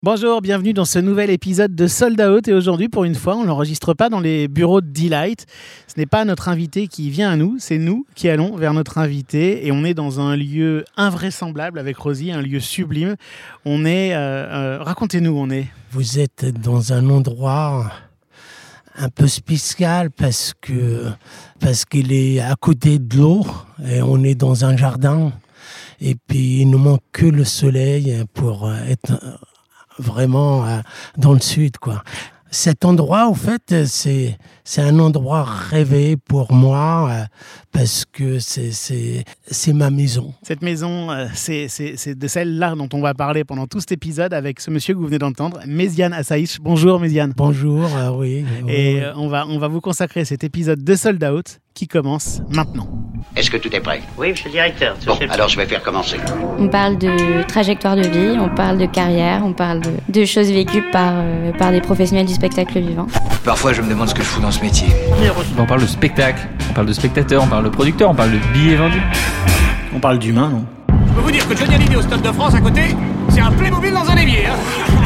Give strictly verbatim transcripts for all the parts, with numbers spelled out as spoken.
Bonjour, bienvenue dans ce nouvel épisode de Sold Out et aujourd'hui, pour une fois, on ne l'enregistre pas dans les bureaux de Delight. Ce n'est pas notre invité qui vient à nous, c'est nous qui allons vers notre invité et on est dans un lieu invraisemblable avec Rosie, un lieu sublime. On est... Euh, euh, racontez-nous où on est. Vous êtes dans un endroit un peu spécial parce que parce qu'il est à côté de l'eau et on est dans un jardin et puis il nous manque que le soleil pour être vraiment dans le sud, quoi. Cet endroit, au fait, c'est, c'est un endroit rêvé pour moi parce que c'est, c'est, c'est ma maison. Cette maison, c'est, c'est, c'est de celle-là dont on va parler pendant tout cet épisode avec ce monsieur que vous venez d'entendre, Méziane Assaïch. Bonjour Méziane. Bonjour, euh, oui. Et oui. Euh, on, va, on va vous consacrer cet épisode de Sold Out qui commence maintenant. Est-ce que tout est prêt? Oui, monsieur le directeur. Bon, alors je vais faire commencer. On parle de trajectoire de vie, on parle de carrière, on parle de, de choses vécues par, euh, par des professionnels du spectacle vivant. Parfois, je me demande ce que je fous dans ce métier. On parle de spectacle, on parle de spectateur, on parle de producteur, on parle de billets vendus. On parle d'humain, non? Je peux vous dire que Johnny Hallyday au Stade de France à côté, c'est un Playmobil dans un évier. Hein.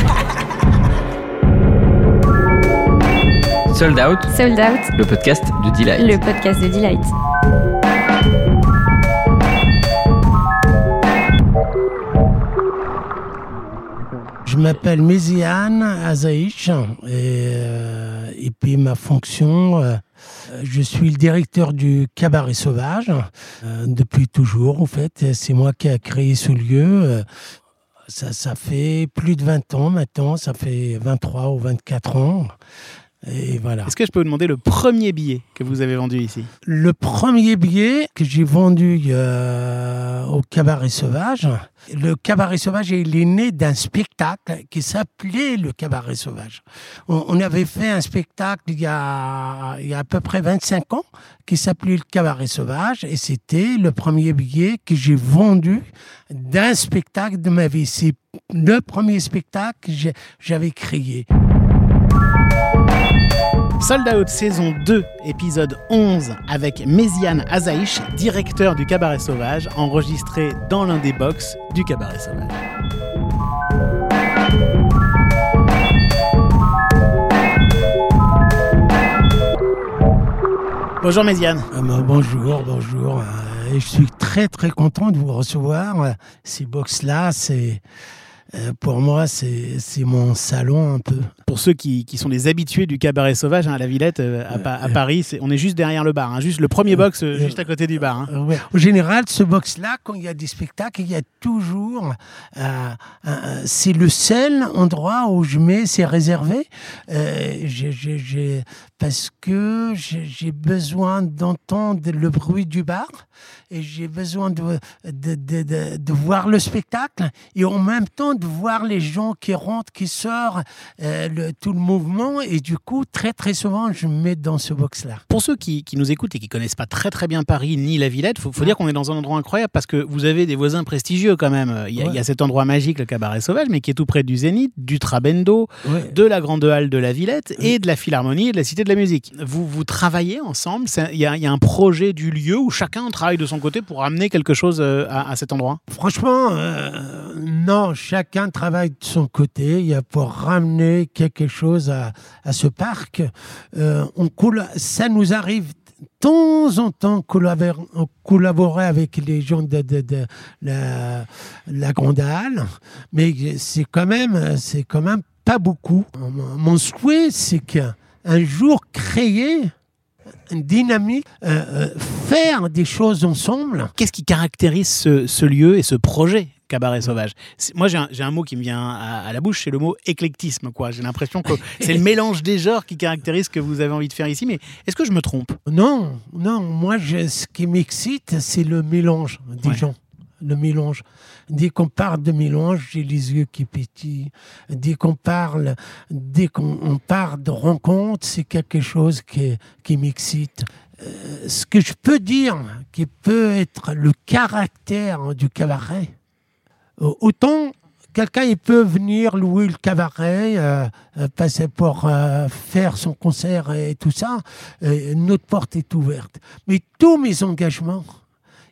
Sold Out, Sold Out, le podcast de Delight. le podcast de Delight. Je m'appelle Méziane Assaïch et, euh, et puis ma fonction, euh, je suis le directeur du Cabaret Sauvage euh, depuis toujours en fait. C'est moi qui ai créé ce lieu. Euh, ça, ça fait plus de vingt ans maintenant, ça fait vingt-trois ou vingt-quatre ans. Et voilà. Est-ce que je peux vous demander le premier billet que vous avez vendu ici? Le premier billet que j'ai vendu euh, au Cabaret Sauvage, le Cabaret Sauvage, il est né d'un spectacle qui s'appelait le Cabaret Sauvage. On, on avait fait un spectacle il y, a, il y a à peu près vingt-cinq ans qui s'appelait le Cabaret Sauvage et c'était le premier billet que j'ai vendu d'un spectacle de ma vie. C'est le premier spectacle que j'ai, j'avais créé. Sold Out saison deux, épisode onze, avec Méziane Assaïch, directeur du Cabaret Sauvage, enregistré dans l'un des box du Cabaret Sauvage. Bonjour Méziane. Euh, bah, bonjour, bonjour. Euh, et je suis très très content de vous recevoir. Euh, ces box-là, c'est... Euh, pour moi, c'est, c'est mon salon un peu. Pour ceux qui, qui sont des habitués du Cabaret Sauvage hein, à la Villette, euh, à, pa- à Paris, c'est, on est juste derrière le bar, hein, juste le premier box euh, juste à côté du bar. Hein. Euh, ouais. En général, ce box-là, quand il y a des spectacles, il y a toujours... Euh, euh, c'est le seul endroit où je mets, c'est réservé, euh, j'ai, j'ai, j'ai, parce que j'ai, j'ai besoin d'entendre le bruit du bar et j'ai besoin de, de, de, de, de voir le spectacle et en même temps de voir les gens qui rentrent, qui sortent, euh, le, tout le mouvement. Et du coup, très très souvent, je me mets dans ce box-là. Pour ceux qui, qui nous écoutent et qui ne connaissent pas très très bien Paris ni la Villette, il faut, faut dire qu'on est dans un endroit incroyable parce que vous avez des voisins prestigieux quand même. Il y a, Ouais. il y a cet endroit magique, le Cabaret Sauvage, mais qui est tout près du Zénith, du Trabendo, Ouais. de la Grande Halle de la Villette et de la Philharmonie et de la Cité de la Musique. Vous, vous travaillez ensemble, c'est- il y, a, il y a un projet du lieu où chacun travaille de son côté pour amener quelque chose à, à cet endroit? Franchement, euh, non, chacun travaille de son côté. Il y a pour ramener quelque chose à, à ce parc. Euh, on colla- ça nous arrive de temps en temps collaborer, collaborer avec les gens de, de, de la, la Grande Halle, mais c'est quand même, c'est quand même pas beaucoup. Mon souhait, c'est qu'un jour créer une dynamique, euh, euh, faire des choses ensemble. Qu'est-ce qui caractérise ce, ce lieu et ce projet Cabaret Sauvage? C'est- Moi, j'ai un, j'ai un mot qui me vient à, à la bouche, c'est le mot éclectisme. Quoi. J'ai l'impression que c'est le mélange des genres qui caractérise ce que vous avez envie de faire ici. Mais est-ce que je me trompe? Non, non, moi, je, ce qui m'excite, c'est le mélange des Ouais. gens. Le mélange. Dès qu'on parle de mélange, j'ai les yeux qui pétillent. Dès qu'on parle, dès qu'on on parle de rencontre, c'est quelque chose qui, qui m'excite. Euh, ce que je peux dire, qui peut être le caractère du cabaret, euh, autant quelqu'un il peut venir louer le cabaret, euh, euh, passer pour euh, faire son concert et tout ça, euh, notre porte est ouverte. Mais tous mes engagements,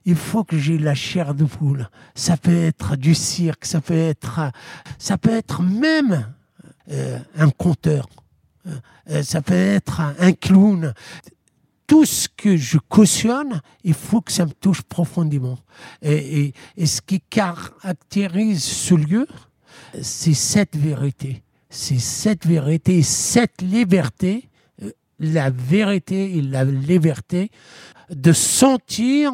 il faut que j'ai la chair de poule. Ça peut être du cirque, ça peut être, ça peut être même euh, un conteur, euh, ça peut être un, un clown. Tout ce que je cautionne, il faut que ça me touche profondément. Et, et, et ce qui caractérise ce lieu, c'est cette vérité. C'est cette vérité, cette liberté, la vérité et la liberté de sentir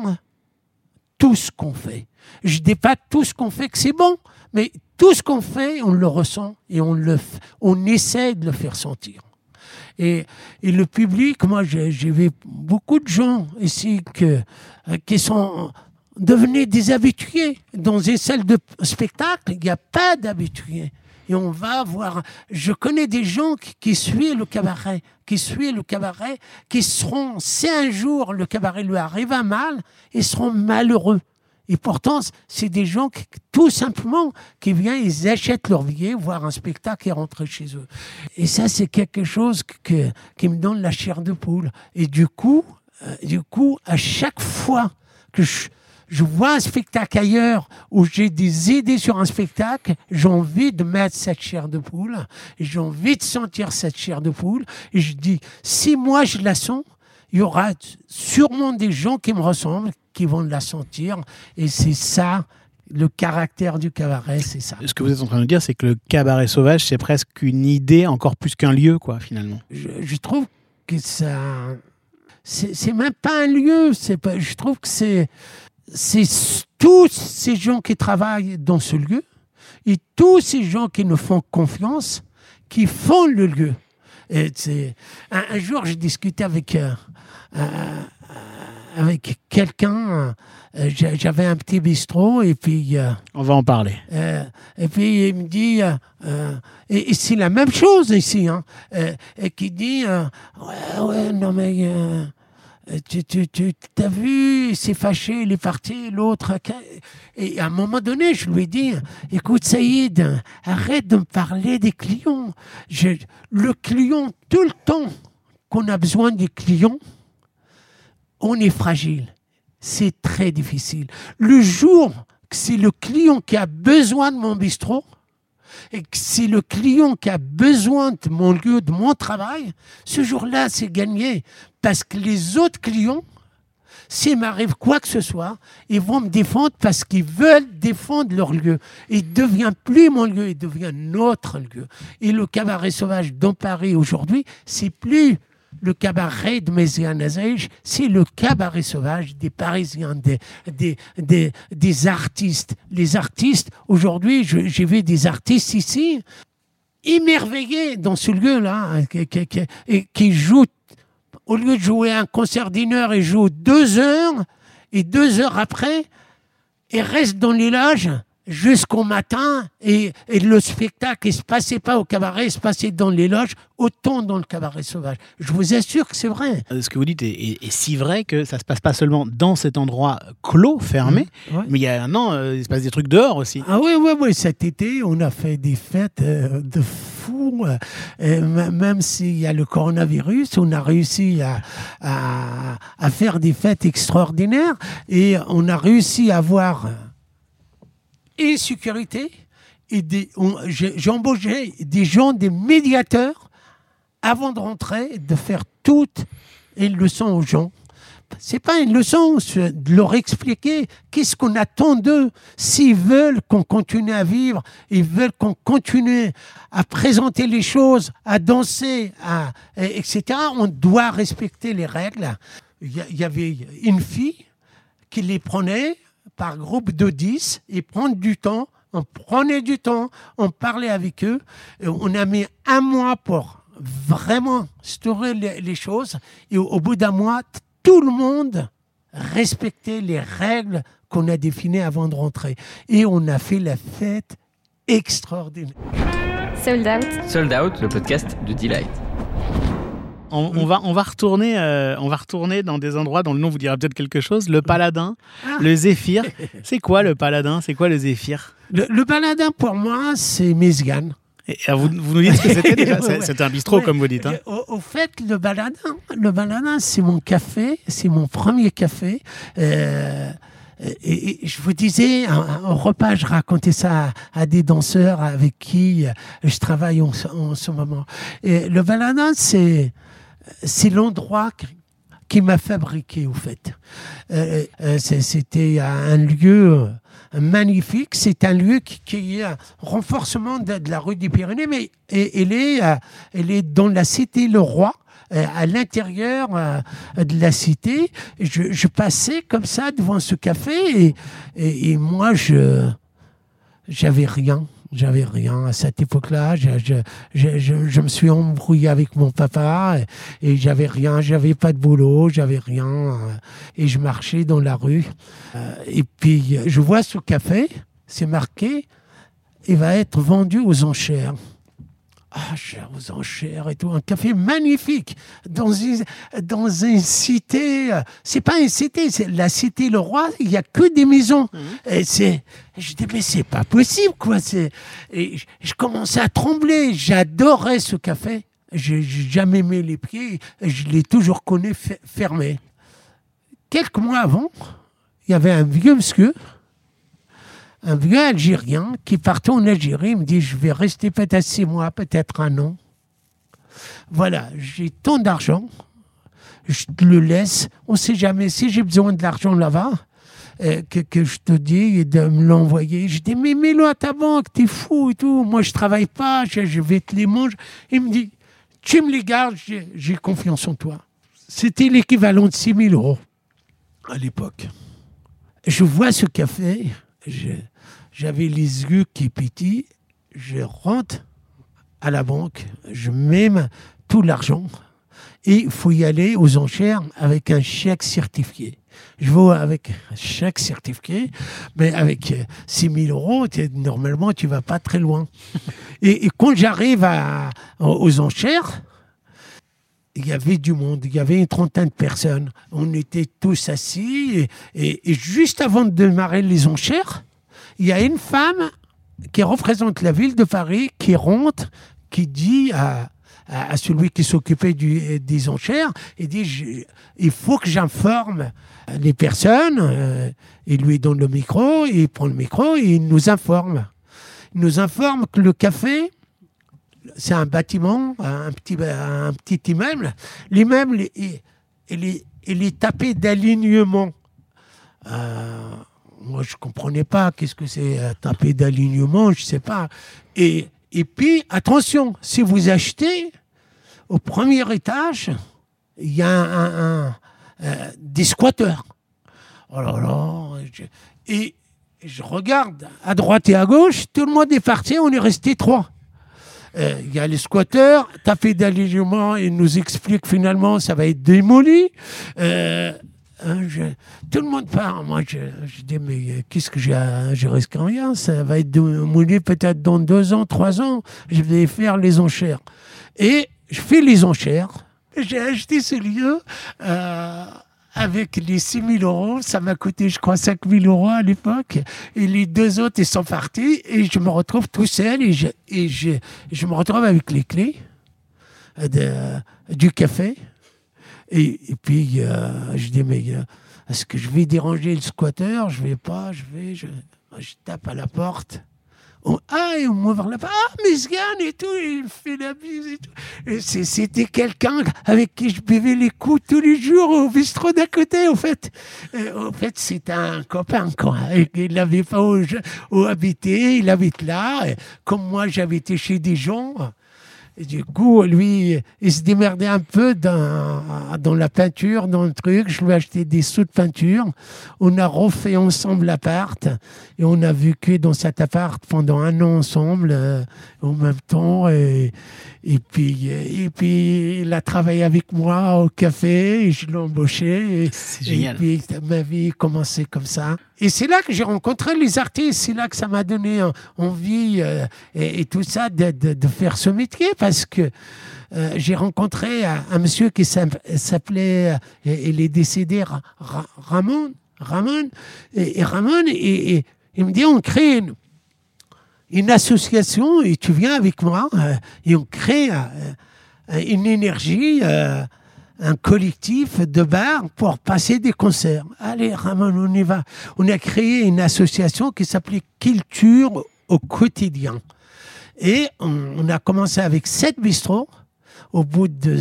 tout ce qu'on fait. Je ne dis pas tout ce qu'on fait que c'est bon, mais tout ce qu'on fait, on le ressent et on, le, on essaie de le faire sentir. Et, et le public, moi j'ai, j'ai vu beaucoup de gens ici que, qui sont devenus des habitués. Dans une salle de spectacle, il n'y a pas d'habitués. Et on va voir. Je connais des gens qui, qui suivent le cabaret, qui suivent le cabaret, qui seront, si un jour le cabaret lui arrive à mal, ils seront malheureux. Et pourtant, c'est des gens qui, tout simplement, qui viennent, ils achètent leur billet, voir un spectacle et rentrent chez eux. Et ça, c'est quelque chose que, qui me donne la chair de poule. Et du coup, euh, du coup, à chaque fois que je, je vois un spectacle ailleurs où j'ai des idées sur un spectacle, j'ai envie de mettre cette chair de poule. Et j'ai envie de sentir cette chair de poule. Et je dis, si moi je la sens, il y aura sûrement des gens qui me ressemblent, qui vont la sentir. Et c'est ça, le caractère du cabaret, c'est ça. Ce que vous êtes en train de dire, c'est que le cabaret sauvage, c'est presque une idée encore plus qu'un lieu, quoi, finalement. Je, je trouve que ça... C'est, c'est même pas un lieu. C'est pas, je trouve que c'est... C'est tous ces gens qui travaillent dans ce lieu et tous ces gens qui nous font confiance, qui font le lieu. Et c'est, un, un jour, j'ai discuté avec, euh, euh, avec quelqu'un. Euh, j'avais un petit bistrot et puis... Euh, On va en parler. Euh, et puis, il me dit... Euh, et, et c'est la même chose ici. Hein, euh, et qui dit... Euh, ouais, ouais, non mais... Euh, Tu, tu, tu t'as vu, il s'est fâché, il est parti, l'autre. Et à un moment donné, je lui ai dit, écoute Saïd, arrête de me parler des clients. Je, le client, tout le temps qu'on a besoin des clients, on est fragile. C'est très difficile. Le jour que c'est le client qui a besoin de mon bistrot, et que c'est le client qui a besoin de mon lieu, de mon travail, ce jour-là, c'est gagné. Parce que les autres clients, s'il m'arrive quoi que ce soit, ils vont me défendre parce qu'ils veulent défendre leur lieu. Il ne devient plus mon lieu, il devient notre lieu. Et le cabaret sauvage dans Paris aujourd'hui, c'est plus le cabaret de Méziane Azaïch, c'est le cabaret sauvage des Parisiens, des, des, des, des artistes. Les artistes, aujourd'hui, je, j'ai vu des artistes ici, émerveillés dans ce lieu-là, qui, qui, qui, qui jouent, au lieu de jouer un concert d'une heure, ils jouent deux heures, et deux heures après, ils restent dans les loges jusqu'au matin, et, et le spectacle ne se passait pas au cabaret, il se passait dans les loges, autant dans le cabaret sauvage. Je vous assure que c'est vrai. Ce que vous dites est, est, est si vrai que ça ne se passe pas seulement dans cet endroit clos, fermé, mmh, ouais. mais il y a un an, euh, il se passe des trucs dehors aussi. Ah oui, oui, oui. Cet été, on a fait des fêtes euh, de fous. Euh, m- même s'il y a le coronavirus, on a réussi à, à, à faire des fêtes extraordinaires et on a réussi à avoir... et sécurité, et des, on, j'ai, j'ai embauché des gens, des médiateurs, avant de rentrer, de faire toute une leçon aux gens. C'est pas une leçon, c'est de leur expliquer qu'est-ce qu'on attend d'eux. S'ils veulent qu'on continue à vivre, ils veulent qu'on continue à présenter les choses, à danser, à, et cetera, on doit respecter les règles. Il y, y avait une fille qui les prenait par groupe de dix et prendre du temps. On prenait du temps, on parlait avec eux. Et on a mis un mois pour vraiment staurer les, les choses. Et au, au bout d'un mois, t- tout le monde respectait les règles qu'on a définies avant de rentrer. Et on a fait la fête extraordinaire. Sold Out. Sold Out, le podcast de Delight. On, on, va, on, va retourner, euh, on va retourner dans des endroits dont le nom vous dira peut-être quelque chose. Le Paladin, ah. le Zéphyr. C'est quoi le Paladin? C'est quoi le Zéphyr? Le, le Paladin, pour moi, c'est Méziane. Et, vous, vous nous dites ce que c'était déjà? C'est, c'était un bistrot, ouais, comme vous dites. Hein. Au, au fait, le Baladin, le Baladin, c'est mon café, c'est mon premier café. Euh, Et, et je vous disais, au repas, je racontais ça à, à des danseurs avec qui je travaille en, en ce moment. Et le Valhalla, c'est, c'est l'endroit qui m'a fabriqué, au fait. Euh, c'est, c'était un lieu magnifique. C'est un lieu qui, qui est un renforcement de, de la rue des Pyrénées, mais elle est, elle est dans la cité Le Roi, à l'intérieur de la cité. Je, je passais comme ça devant ce café et, et, et moi, je j'avais rien. J'avais rien à cette époque-là. Je, je, je, je, je me suis embrouillé avec mon papa et, et j'avais rien. J'avais pas de boulot, j'avais rien. Et je marchais dans la rue. Et puis, je vois ce café, c'est marqué, il va être vendu aux enchères. Ah, cher aux enchères et tout, un café magnifique dans une, dans une cité. C'est pas une cité, c'est la cité Le Roi. Il y a que des maisons. Mmh. Et c'est, je dis mais c'est pas possible quoi. C'est, et je, je commençais à trembler. J'adorais ce café. J'ai, j'ai jamais mis les pieds. Je l'ai toujours connu fermé. Quelques mois avant, il y avait un vieux monsieur. Un vieux Algérien qui partait en Algérie, il me dit, je vais rester peut-être six mois, peut-être un an. Voilà, j'ai tant d'argent, je te le laisse. On ne sait jamais si j'ai besoin de l'argent là-bas, euh, que, que je te dis de me l'envoyer. Je dis, mais mets-le à ta banque, t'es fou et tout. Moi, je ne travaille pas, je, je vais te les manger. Il me dit, tu me les gardes, j'ai, j'ai confiance en toi. C'était l'équivalent de six mille euros à l'époque. Je vois ce café. Je, j'avais les yeux qui pétillent, je rentre à la banque, je mets tout l'argent et il faut y aller aux enchères avec un chèque certifié. Je vais avec un chèque certifié, mais avec six mille euros, normalement tu ne vas pas très loin. Et, et quand j'arrive à, aux enchères, il y avait du monde, il y avait une trentaine de personnes. On était tous assis et, et, et juste avant de démarrer les enchères, il y a une femme qui représente la ville de Paris qui rentre, qui dit à, à, à celui qui s'occupait du, des enchères, il dit je, il faut que j'informe les personnes. Euh, il lui donne le micro, il prend le micro et il nous informe. Il nous informe que le café, c'est un bâtiment, un petit, un petit immeuble. L'immeuble, il, il, est, il est tapé d'alignement. Euh, moi, je ne comprenais pas qu'est-ce que c'est tapé d'alignement, je ne sais pas. Et, et puis, attention, si vous achetez, au premier étage, il y a un, un, un, euh, des squatteurs. Oh là là. Je, et je regarde à droite et à gauche, tout le monde est parti, on est resté trois. Il euh, y a les squatteurs, tapé d'alignement, ils nous expliquent finalement ça va être démoli. Euh, hein, je, tout le monde part. Moi, je, je dis, mais qu'est-ce que j'ai à, je risque rien, ça va être démoli peut-être dans deux ans, trois ans. Je vais faire les enchères. Et je fais les enchères. J'ai acheté ce lieu euh, avec les six mille euros. Ça m'a coûté, je crois, cinq mille euros à l'époque. Et les deux autres, ils sont partis. Et je me retrouve tout seul. Et je, et je, je me retrouve avec les clés de, du café. Et, et puis, euh, je dis, mais euh, est-ce que je vais déranger le squatteur? Je vais pas, je vais, je, je tape à la porte. On, ah, et on m'ouvre la porte. Ah, Mesgane et tout, il fait la bise et tout. Et c'est, c'était quelqu'un avec qui je buvais les coups tous les jours au bistrot d'à côté, en fait. Et, en fait, c'était un copain, quoi. Et, il n'avait pas où, où habiter, il habite là. Et, comme moi, j'habitais chez des gens. Et du coup, lui, il se démerdait un peu dans, dans la peinture, dans le truc. Je lui ai acheté des sous de peinture. On a refait ensemble l'appart. Et on a vécu dans cet appart pendant un an ensemble, euh, en même temps. Et, et, puis, et puis, il a travaillé avec moi au café. Et je l'ai embauché. Et, c'est génial. Et puis, ma vie a commencé comme ça. Et c'est là que j'ai rencontré les artistes. C'est là que ça m'a donné envie euh, et, et tout ça de, de, de faire ce métier. Parce que euh, j'ai rencontré un, un monsieur qui s'appelait, euh, il est décédé, Ra- Ra- Ramon. Ramon. Et, et Ramon, et, et, il me dit, on crée une, une association et tu viens avec moi. Euh, et on crée euh, une énergie... Euh, un collectif de bars pour passer des concerts. Allez, Ramon, on y va. On a créé une association qui s'appelait Culture au quotidien. Et on, on a commencé avec sept bistrots. Au bout de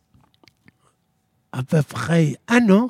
à peu près un an,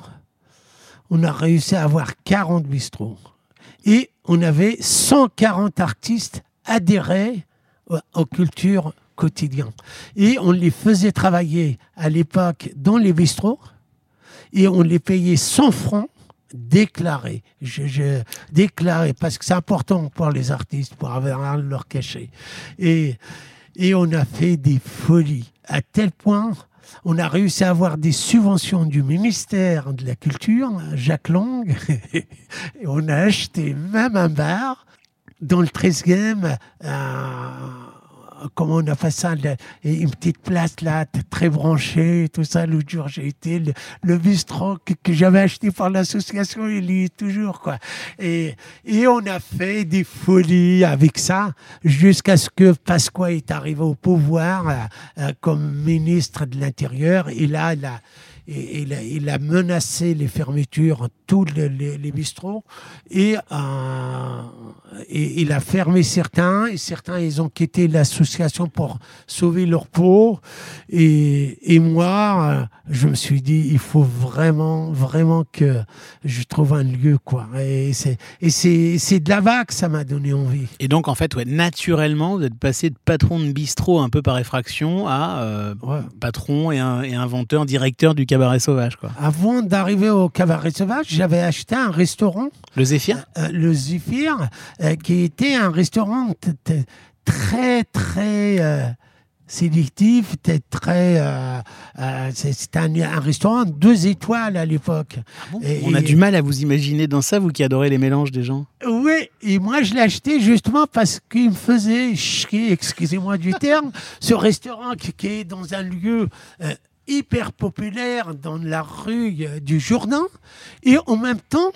on a réussi à avoir quarante bistrots. Et on avait cent quarante artistes adhérés aux cultures quotidiennes. Et on les faisait travailler à l'époque dans les bistrots et on les payait cent francs déclarés. Je, je, déclarés, parce que c'est important pour les artistes, pour avoir leur cachet. Et, et on a fait des folies, à tel point... On a réussi à avoir des subventions du ministère de la Culture, Jacques Lang, et on a acheté même un bar dans le treizième, euh, comment on a fait ça, le, une petite place là, très branchée, tout ça. L'autre jour, j'ai été, le, le bistrot que, que j'avais acheté par l'association, il y est toujours, quoi. Et, et on a fait des folies avec ça, jusqu'à ce que Pasqua est arrivé au pouvoir euh, euh, comme ministre de l'Intérieur. Et là, il a, il a, il a menacé les fermetures, tous les, les, les bistrots, et, euh, et il a fermé certains, et certains, ils ont quitté l'association pour sauver leur peau. Et, et moi, je me suis dit, il faut vraiment, vraiment que je trouve un lieu, quoi. Et c'est, et c'est, c'est de là-bas que ça m'a donné envie. Et donc, en fait, ouais, naturellement, vous êtes passé de patron de bistrot un peu par effraction à euh, ouais. patron et, un, et inventeur, directeur du Cabaret Sauvage, quoi. Avant d'arriver au Cabaret Sauvage, j'avais acheté un restaurant. Le Zéphyr euh, Le Zéphyr, euh, qui était un restaurant t- t- très, très euh, sélectif, t- très... Euh, euh, c'était un, un restaurant deux étoiles à l'époque. Ah bon et, On a et, du mal à vous imaginer dans ça, vous qui adorez les mélanges des gens. Oui, et moi je l'ai acheté justement parce qu'il me faisait chier, excusez-moi du terme, ce restaurant qui, qui est dans un lieu... Euh, hyper populaire dans la rue du Jourdain, et en même temps,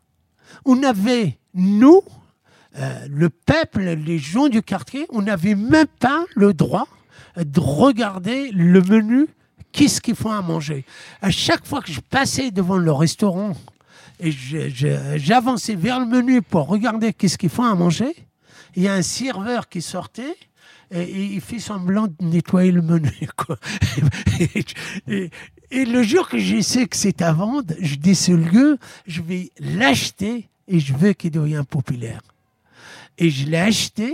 on avait, nous, euh, le peuple, les gens du quartier, on n'avait même pas le droit de regarder le menu, qu'est-ce qu'ils font à manger. À chaque fois que je passais devant le restaurant et je, je, j'avançais vers le menu pour regarder qu'est-ce qu'ils font à manger, il y a un serveur qui sortait, et il fait semblant de nettoyer le menu, quoi. Et, et, et le jour que je sais que c'est à vendre, je dis ce lieu, je vais l'acheter et je veux qu'il devienne populaire. Et je l'ai acheté,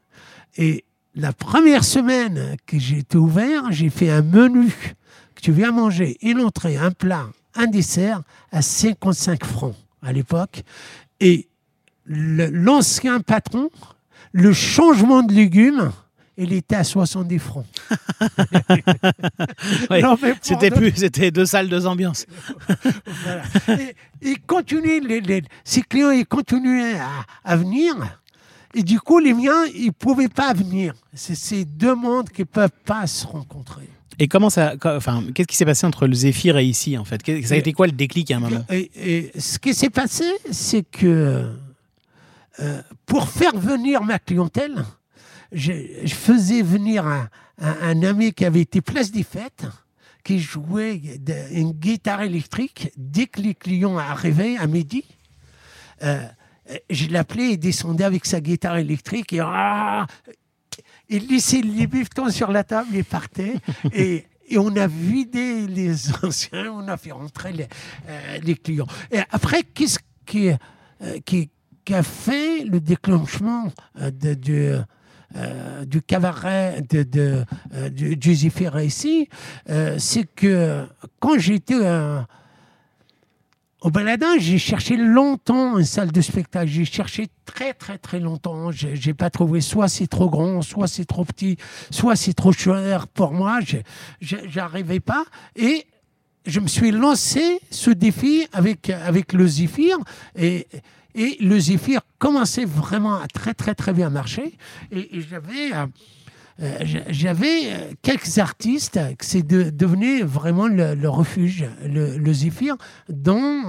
et la première semaine que j'ai été ouvert, j'ai fait un menu que tu viens manger, une entrée, un plat, un dessert à cinquante-cinq francs à l'époque. Et le, l'ancien patron, le changement de légumes, il était à soixante-dix francs. Ouais, non, mais c'était, plus, c'était deux salles, deux ambiances. Voilà. Et, et continuer, les, les, ces clients ils continuaient à, à venir. Et du coup, les miens, ils ne pouvaient pas venir. C'est ces deux mondes qui ne peuvent pas se rencontrer. Et comment ça, enfin, qu'est-ce qui s'est passé entre le Zéphyr et ici, en fait ? Ça a été quoi le déclic à un moment ? et, et ce qui s'est passé, c'est que euh, pour faire venir ma clientèle, Je, je faisais venir un, un, un ami qui avait été place des fêtes, qui jouait de, une guitare électrique. Dès que les clients arrivaient à midi, euh, je l'appelais, il descendait avec sa guitare électrique et ah, il laissait les bifetons sur la table, il partait. et, et on a vidé les anciens, on a fait rentrer les, euh, les clients. Et après, qu'est-ce qui, euh, qui, qui a fait le déclenchement euh, de... de Euh, du cabaret de, de, euh, du, du Zéphyr ici, euh, c'est que quand j'étais euh, au Baladin, j'ai cherché longtemps une salle de spectacle. J'ai cherché très très très longtemps. J'ai, j'ai pas trouvé. Soit c'est trop grand, soit c'est trop petit, soit c'est trop cher pour moi. Je, je, j'arrivais pas. Et je me suis lancé ce défi avec avec le Zéphyr et Et le Zéphyr commençait vraiment à très, très, très bien marcher. Et, et j'avais, euh, j'avais quelques artistes que c'est de, devenu vraiment le, le refuge, le, le Zéphyr, dont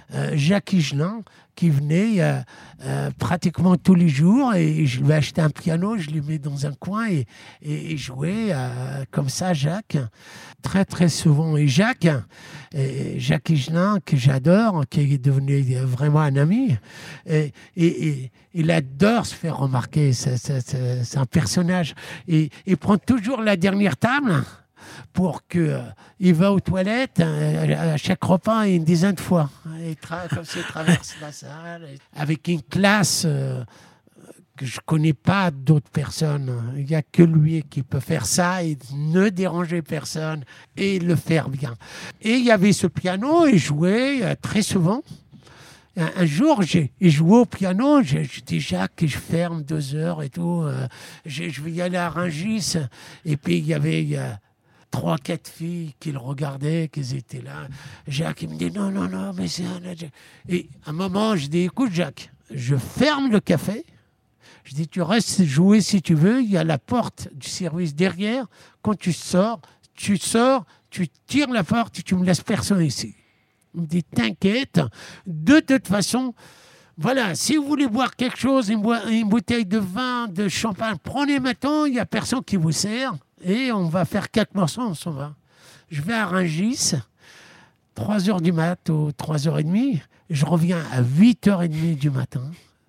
euh, Jacques Higelin, qui venait euh, euh, pratiquement tous les jours, et je lui ai acheté un piano, je l'ai mis dans un coin et, et, et jouais euh, comme ça, Jacques, très très souvent. Et Jacques, et Jacques Higelin, que j'adore, qui est devenu vraiment un ami, et, et, et il adore se faire remarquer, c'est, c'est, c'est, c'est un personnage. Et il prend toujours la dernière table pour que euh, il va aux toilettes euh, à chaque repas une dizaine de fois. Il tra- comme ça, il traverse la salle avec une classe euh, que je connais pas d'autres personnes. Il y a que lui qui peut faire ça et ne déranger personne et le faire bien. Et il y avait ce piano et jouait euh, très souvent. Un, un jour, j'ai, j'ai joué au piano, j'ai, j'ai dit Jacques, je ferme deux heures et tout. Euh, je, je vais y aller à Rungis. Et puis il y avait il y a, trois, quatre filles qui le regardaient, qui étaient là. Jacques, il me dit non, non, non, mais c'est un... Et à un moment, je dis écoute, Jacques, je ferme le café. Je dis tu restes jouer si tu veux. Il y a la porte du service derrière. Quand tu sors, tu sors, tu tires la porte et tu me laisses personne ici. Il me dit t'inquiète. De toute façon, voilà, si vous voulez boire quelque chose, une, bo- une bouteille de vin, de champagne, prenez maintenant, il n'y a personne qui vous sert. Et on va faire quatre morceaux, on s'en va. Je vais à Rungis, trois heures du mat ou trois heures trente. Je reviens à huit heures trente du matin.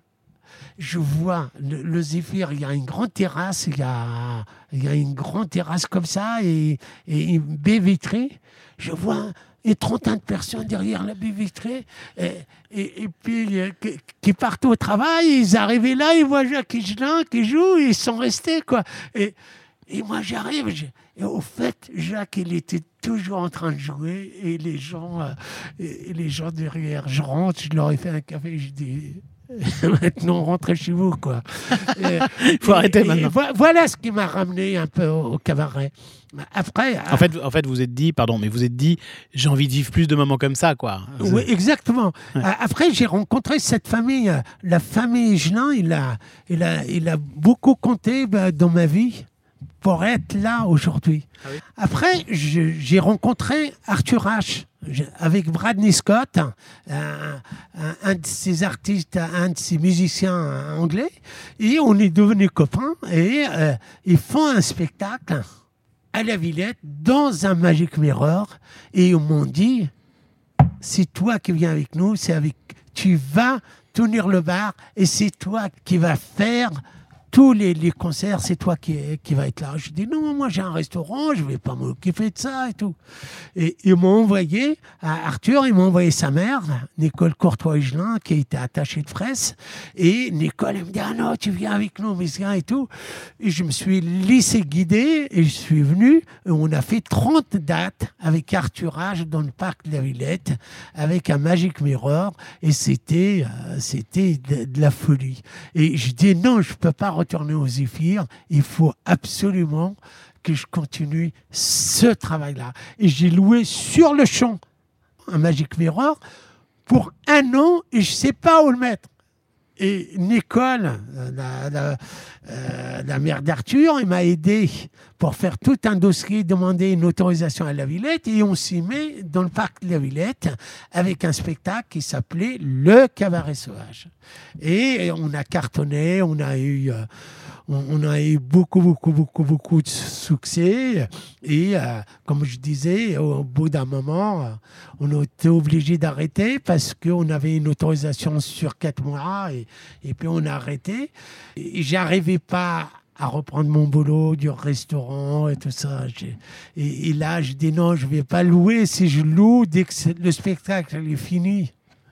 Je vois le, le Zéphyr, il y a une grande terrasse, il y a, il y a une grande terrasse comme ça et, et une baie vitrée. Je vois une trentaine de personnes derrière la baie vitrée et, et, et puis euh, qui, qui partent au travail. Ils arrivaient là, ils voient Jacques Higelin qui joue, ils sont restés, quoi. Et, Et moi, j'arrive, je... et au fait, Jacques, il était toujours en train de jouer, et les gens, euh, et les gens derrière, je rentre, je leur ai fait un café, je dis, maintenant, rentrez chez vous, quoi. Il faut et, arrêter et, maintenant. Et voilà ce qui m'a ramené un peu au, au cabaret. Après, en fait, en fait, vous êtes dit, pardon, mais vous êtes dit, j'ai envie de vivre plus de moments comme ça, quoi. Oui, exactement. Ouais. Après, j'ai rencontré cette famille, la famille Higelin, il a, il a, il a beaucoup compté dans ma vie pour être là aujourd'hui. Ah oui. Après, je, j'ai rencontré Arthur H. avec Bradley Scott, un, un, un de ces artistes, un de ces musiciens anglais, et on est devenus copains, et euh, ils font un spectacle à la Villette, dans un Magic Mirror, et ils m'ont dit, c'est toi qui viens avec nous, c'est avec, tu vas tenir le bar, et c'est toi qui vas faire tous les, les concerts, c'est toi qui, qui va être là. Je dis non, moi j'ai un restaurant, je ne vais pas m'occuper de ça et tout. Et ils m'ont envoyé, à Arthur, ils m'ont envoyé sa mère, Nicole Courtois-Higelin, qui était attachée de presse. Et Nicole, elle me dit ah non, tu viens avec nous, mais et tout. Et je me suis laissé guider et je suis venu. Et on a fait trente dates avec Arthur H dans le parc de la Villette, avec un Magic Mirror. Et c'était, euh, c'était de, de la folie. Et je dis non, je ne peux pas retourner aux Zéphyr, il faut absolument que je continue ce travail-là. Et j'ai loué sur le champ un Magic Mirror pour un an et je ne sais pas où le mettre. Et Nicole, la, la, euh, la mère d'Arthur, elle m'a aidé pour faire tout un dossier, demander une autorisation à la Villette et on s'y met dans le parc de la Villette avec un spectacle qui s'appelait Le Cabaret Sauvage. Et on a cartonné, on a eu... Euh, on a eu beaucoup, beaucoup, beaucoup, beaucoup de succès. Et euh, comme je disais, au bout d'un moment, on a été obligé d'arrêter parce qu'on avait une autorisation sur quatre mois. Et, et puis on a arrêté. Et j'arrivais pas à reprendre mon boulot du restaurant et tout ça. Et, et là, je dis non, je ne vais pas louer. Si je loue, dès que le spectacle est fini,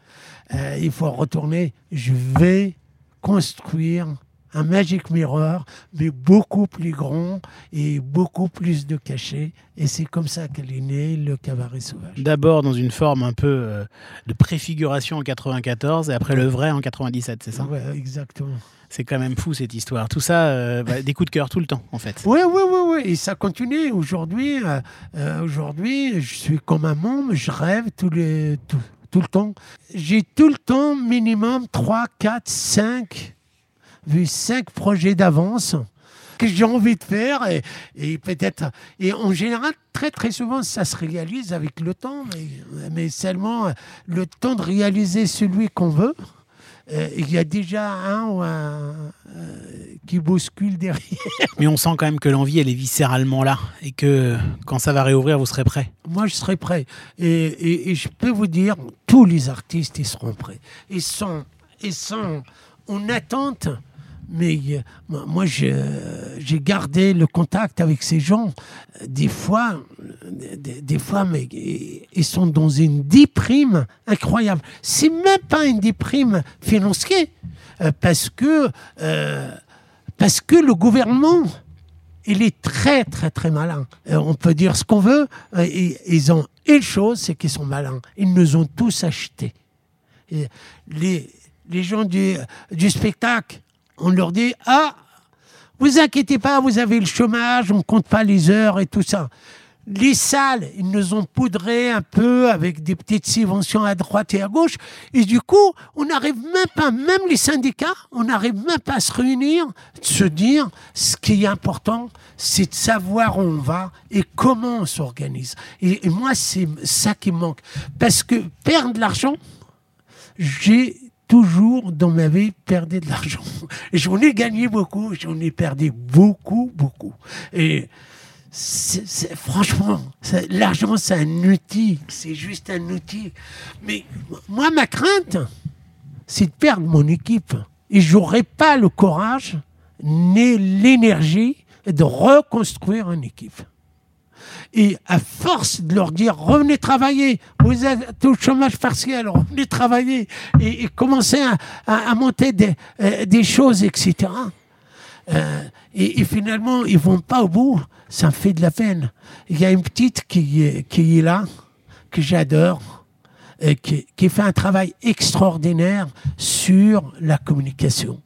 euh, il faut retourner. Je vais construire un Magic Mirror, mais beaucoup plus grand et beaucoup plus de cachets. Et c'est comme ça qu'elle est née, le Cabaret Sauvage. D'abord dans une forme un peu euh, de préfiguration en quatre-vingt-quatorze et après le vrai en quatre-vingt-dix-sept, c'est ça ? Oui, exactement. C'est quand même fou cette histoire. Tout ça, euh, bah, des coups de cœur tout le temps, en fait. Oui, oui, oui, oui. Et ça continue. Aujourd'hui, euh, euh, aujourd'hui, je suis comme un môme, je rêve tous les, tout, tout le temps. J'ai tout le temps minimum trois, quatre, cinq... vu cinq projets d'avance que j'ai envie de faire et, et peut-être et en général très très souvent ça se réalise avec le temps, mais, mais seulement le temps de réaliser celui qu'on veut. Euh, il y a déjà un ou un euh, qui bouscule derrière. Mais on sent quand même que l'envie, elle est viscéralement là et que quand ça va réouvrir, vous serez prêts. Moi, je serai prêt. Et, et, et je peux vous dire, tous les artistes, ils seront prêts. Ils sont, ils sont en attente. Mais euh, moi, je, j'ai gardé le contact avec ces gens. Des fois, des, des fois, mais ils sont dans une déprime incroyable. C'est même pas une déprime financière, euh, parce que euh, parce que le gouvernement, il est très très très malin. Euh, on peut dire ce qu'on veut. Euh, et, ils ont une chose, c'est qu'ils sont malins. Ils nous ont tous achetés. Et les les gens du du spectacle. On leur dit « Ah, vous inquiétez pas, vous avez le chômage, on ne compte pas les heures et tout ça. » Les salles, ils nous ont poudré un peu avec des petites subventions à droite et à gauche. Et du coup, on n'arrive même pas, même les syndicats, on n'arrive même pas à se réunir, de se dire ce qui est important, c'est de savoir où on va et comment on s'organise. Et, et moi, c'est ça qui me manque. Parce que perdre de l'argent, j'ai... toujours dans ma vie perdu de l'argent. J'en ai gagné beaucoup, j'en ai perdu beaucoup, beaucoup. Et c'est, c'est, franchement, c'est, l'argent, c'est un outil, c'est juste un outil. Mais moi, ma crainte, c'est de perdre mon équipe. Et j'aurais pas le courage ni l'énergie de reconstruire une équipe. Et à force de leur dire « Revenez travailler, vous êtes au chômage partiel, revenez travailler » et, et commencer à, à, à monter des, euh, des choses, et cetera. Euh, et, et finalement, ils ne vont pas au bout. Ça me fait de la peine. Il y a une petite qui est, qui est là, que j'adore, et qui, qui fait un travail extraordinaire sur la communication.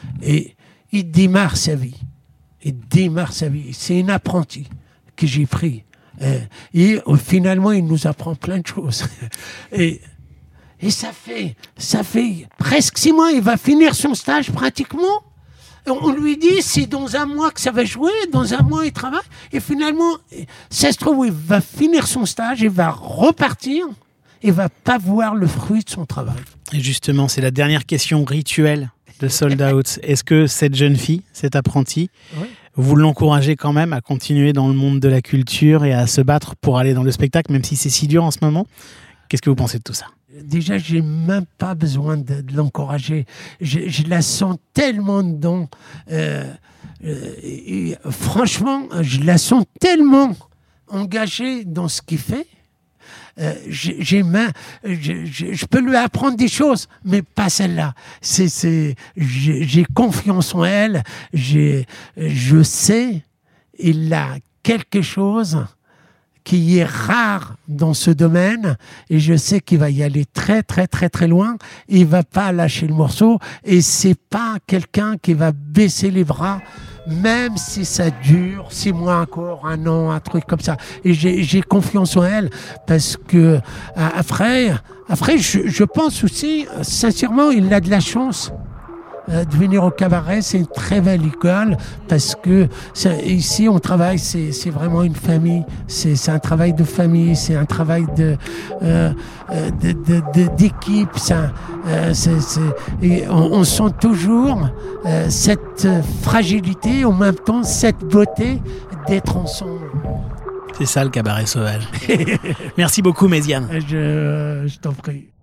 Et il démarre sa vie. Il démarre sa vie. C'est une apprentie que j'ai pris. Euh, et euh, finalement, il nous apprend plein de choses. et, et ça fait, ça fait presque six mois, il va finir son stage pratiquement. On lui dit, c'est dans un mois que ça va jouer, dans un mois il travaille. Et finalement, ça se trouve, il va finir son stage, il va repartir, il va pas voir le fruit de son travail. Et justement, c'est la dernière question rituelle de Sold Out. Est-ce que cette jeune fille, cette apprentie, oui. vous l'encouragez quand même à continuer dans le monde de la culture et à se battre pour aller dans le spectacle, même si c'est si dur en ce moment? Qu'est-ce que vous pensez de tout ça? Déjà, j'ai même pas besoin de, de l'encourager. Je, je la sens tellement dedans. Euh, euh, et, franchement, je la sens tellement engagée dans ce qu'il fait. Euh, j'ai, j'ai main, je, je, je peux lui apprendre des choses, mais pas celle-là. C'est, c'est, j'ai, j'ai confiance en elle. J'ai, je sais, il a quelque chose qui est rare dans ce domaine, et je sais qu'il va y aller très très très très loin. Il va pas lâcher le morceau, et c'est pas quelqu'un qui va baisser les bras, même si ça dure six mois encore, un an, un truc comme ça. Et j'ai, j'ai confiance en elle, parce que après, après je, je pense aussi, sincèrement, il a de la chance de venir au cabaret. C'est une très belle école, parce que ici on travaille, c'est, c'est vraiment une famille, c'est, c'est un travail de famille, c'est un travail de, euh, de, de, de d'équipe. C'est un, euh, c'est, c'est, et on, on sent toujours euh, cette fragilité, en même temps cette beauté d'être ensemble. C'est ça le cabaret sauvage. Merci beaucoup, Méziane. Je, je t'en prie.